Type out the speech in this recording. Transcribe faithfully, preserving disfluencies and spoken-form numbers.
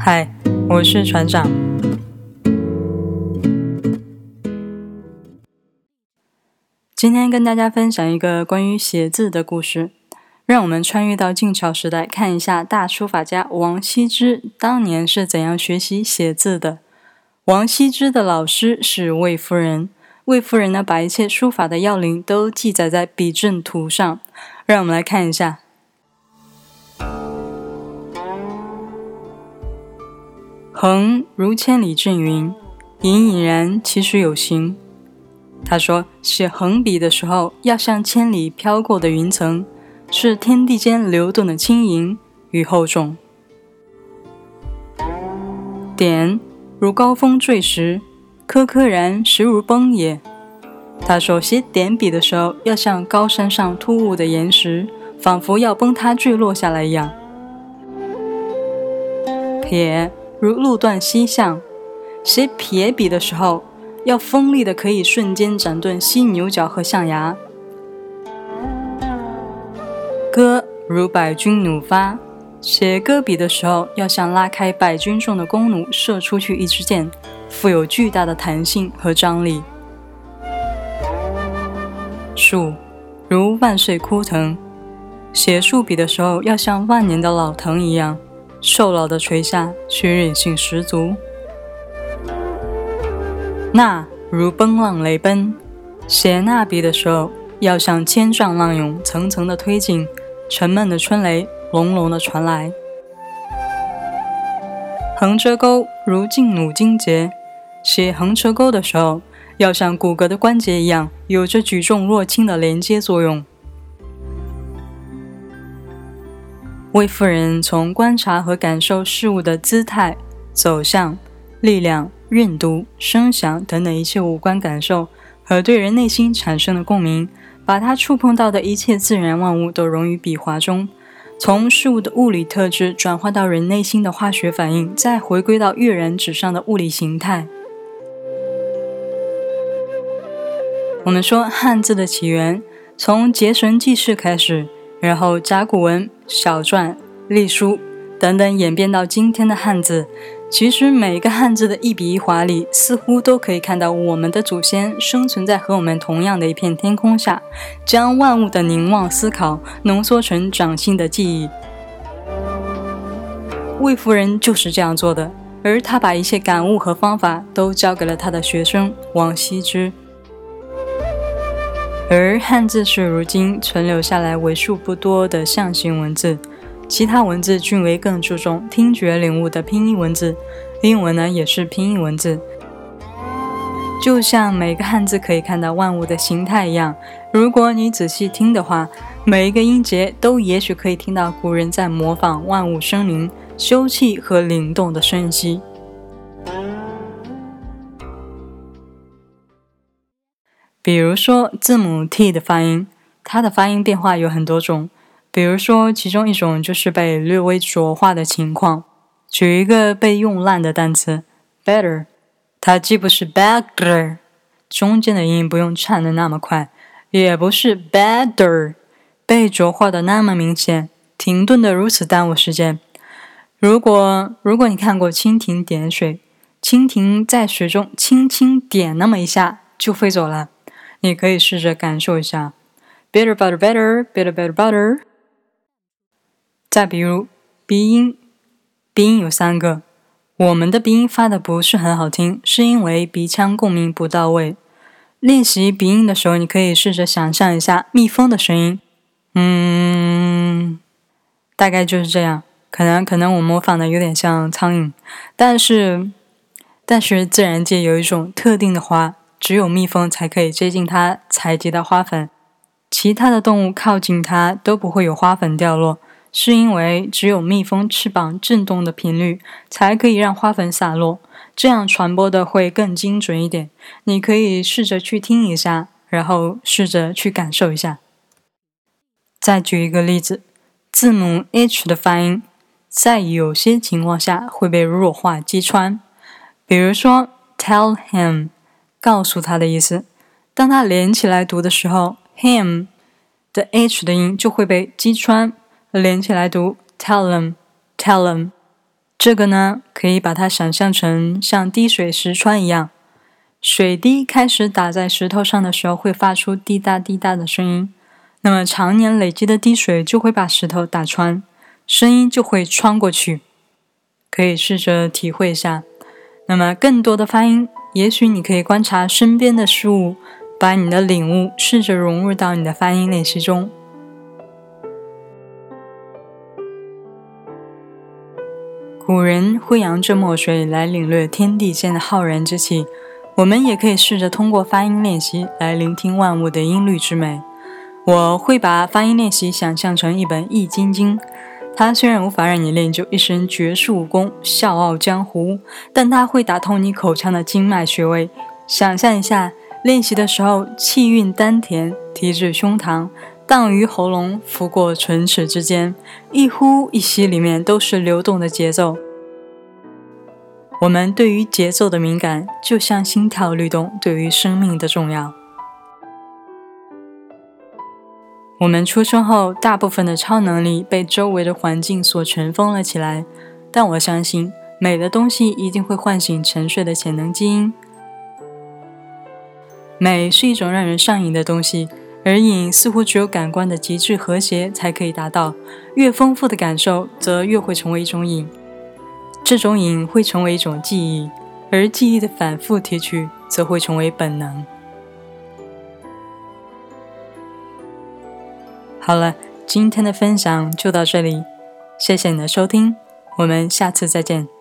嗨，我是船长。今天跟大家分享一个关于写字的故事，让我们穿越到晋朝时代，看一下大书法家王羲之当年是怎样学习写字的。王羲之的老师是魏夫人，魏夫人呢把一切书法的要领都记载在笔阵图上，让我们来看一下。横如千里阵云，隐隐然其实有形。他说，写横笔的时候要像千里飘过的云层，是天地间流动的轻盈与厚重。点如高峰坠石，颗颗然实如崩也。他说，写点笔的时候要像高山上突兀的岩石，仿佛要崩塌坠落下来一样。撇如路断溪象，写撇笔的时候要锋利的可以瞬间斩断犀牛角和象牙。戈如百钧弩发，写戈笔的时候要像拉开百钧重的弓弩射出去一支箭，富有巨大的弹性和张力。树如万岁枯藤，写树笔的时候要像万年的老藤一样，瘦老的垂下，却韧性十足。捺如奔浪雷奔，写捺笔的时候要像千丈浪涌层层的推进，沉闷的春雷隆隆的传来。横折钩如劲弩金节，写横折钩的时候要像骨骼的关节一样，有着举重若轻的连接作用。魏夫人从观察和感受事物的姿态、走向、力量、韵度、声响等等一切五官感受和对人内心产生的共鸣，把她触碰到的一切自然万物都融于笔划中，从事物的物理特质转化到人内心的化学反应，再回归到跃然纸上的物理形态。我们说汉字的起源从结绳记事开始，然后甲骨文、小篆、隶书等等演变到今天的汉字。其实每个汉字的一笔一划里，似乎都可以看到我们的祖先生存在和我们同样的一片天空下，将万物的凝望思考浓缩成掌心的记忆。魏夫人就是这样做的，而她把一切感悟和方法都交给了她的学生王羲之。而汉字是如今存留下来为数不多的象形文字，其他文字均为更注重听觉领悟的拼音文字，英文呢也是拼音文字。就像每个汉字可以看到万物的形态一样，如果你仔细听的话，每一个音节都也许可以听到古人在模仿万物生灵、休憩和灵动的声息。比如说字母 T 的发音，它的发音变化有很多种，比如说其中一种就是被略微浊化的情况。举一个被用烂的单词 better， 它既不是 better， 中间的音不用颤得那么快，也不是 better， 被浊化的那么明显，停顿的如此耽误时间。如果如果你看过蜻蜓点水，蜻蜓在水中轻轻点那么一下就飞走了，你可以试着感受一下 bitter butter better bitter better butter。 再比如鼻音，鼻音有三个，我们的鼻音发的不是很好听，是因为鼻腔共鸣不到位。练习鼻音的时候，你可以试着想象一下蜜蜂的声音，嗯，大概就是这样。可能可能我模仿的有点像苍蝇，但是但是自然界有一种特定的花，只有蜜蜂才可以接近它采集到花粉，其他的动物靠近它都不会有花粉掉落，是因为只有蜜蜂翅膀震动的频率才可以让花粉洒落，这样传播的会更精准一点。你可以试着去听一下，然后试着去感受一下。再举一个例子，字母 H 的发音在有些情况下会被弱化击穿，比如说 tell him， 告诉他的意思，当他连起来读的时候， him 的 H 的音就会被击穿，连起来读 tell him tell him。 这个呢，可以把它想象成像滴水石穿一样，水滴开始打在石头上的时候会发出滴答滴答的声音，那么常年累积的滴水就会把石头打穿，声音就会穿过去。可以试着体会一下。那么更多的发音，也许你可以观察身边的事物，把你的领悟试着融入到你的发音练习中。古人会扬着墨水来领略天地间的浩然之气，我们也可以试着通过发音练习来聆听万物的音律之美。我会把发音练习想象成一本易筋经，它虽然无法让你练就一身绝世武功笑傲江湖，但它会打通你口腔的经脉穴位。想象一下，练习的时候气运丹田，提至胸膛，荡于喉咙，拂过唇齿之间，一呼一吸里面都是流动的节奏。我们对于节奏的敏感，就像心跳律动对于生命的重要。我们出生后，大部分的超能力被周围的环境所尘封了起来，但我相信美的东西一定会唤醒沉睡的潜能基因。美是一种让人上瘾的东西，而瘾似乎只有感官的极致和谐才可以达到，越丰富的感受则越会成为一种瘾，这种瘾会成为一种记忆，而记忆的反复提取则会成为本能。好了，今天的分享就到这里，谢谢你的收听，我们下次再见。